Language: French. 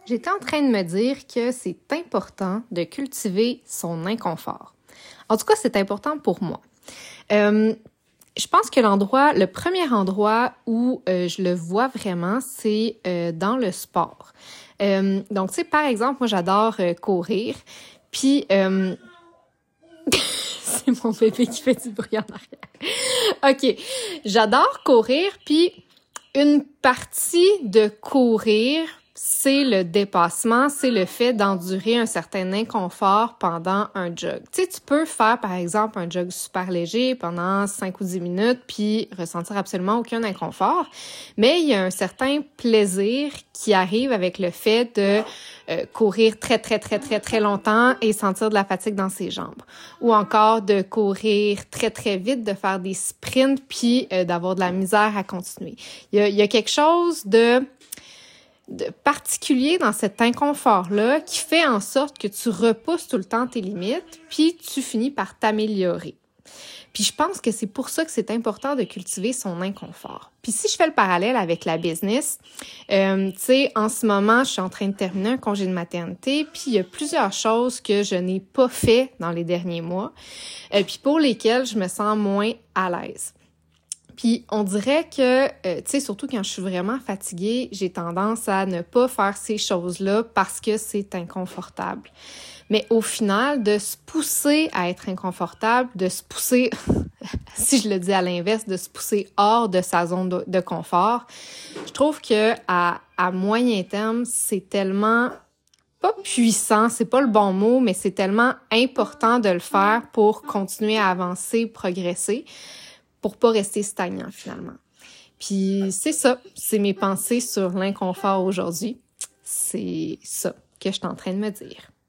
J'étais en train de me dire que c'est important de cultiver son inconfort. En tout cas, c'est important pour moi. Je pense que le premier endroit où je le vois vraiment, c'est dans le sport. Donc, tu sais, par exemple, moi, j'adore courir. Puis, c'est mon bébé qui fait du bruit en arrière. OK, j'adore courir, puis une partie de courir, c'est le dépassement, c'est le fait d'endurer un certain inconfort pendant un jog. Tu sais, tu peux faire, par exemple, un jog super léger pendant 5 ou 10 minutes puis ressentir absolument aucun inconfort, mais il y a un certain plaisir qui arrive avec le fait de courir très longtemps et sentir de la fatigue dans ses jambes. Ou encore de courir très vite, de faire des sprints puis d'avoir de la misère à continuer. Il y a quelque chose de particulier dans cet inconfort-là qui fait en sorte que tu repousses tout le temps tes limites, puis tu finis par t'améliorer. Puis je pense que c'est pour ça que c'est important de cultiver son inconfort. Puis si je fais le parallèle avec la business, tu sais, en ce moment, je suis en train de terminer un congé de maternité, puis il y a plusieurs choses que je n'ai pas fait dans les derniers mois, puis pour lesquelles je me sens moins à l'aise. Puis on dirait que, tu sais, surtout quand je suis vraiment fatiguée, j'ai tendance à ne pas faire ces choses-là parce que c'est inconfortable. Mais au final, de se pousser à être inconfortable, de se pousser, si je le dis à l'inverse, de se pousser hors de sa zone de confort, je trouve que à moyen terme, c'est tellement pas puissant, c'est pas le bon mot, mais c'est tellement important de le faire pour continuer à avancer, progresser, pour pas rester stagnant finalement. Puis c'est ça, c'est mes pensées sur l'inconfort aujourd'hui. C'est ça que je suis en train de me dire.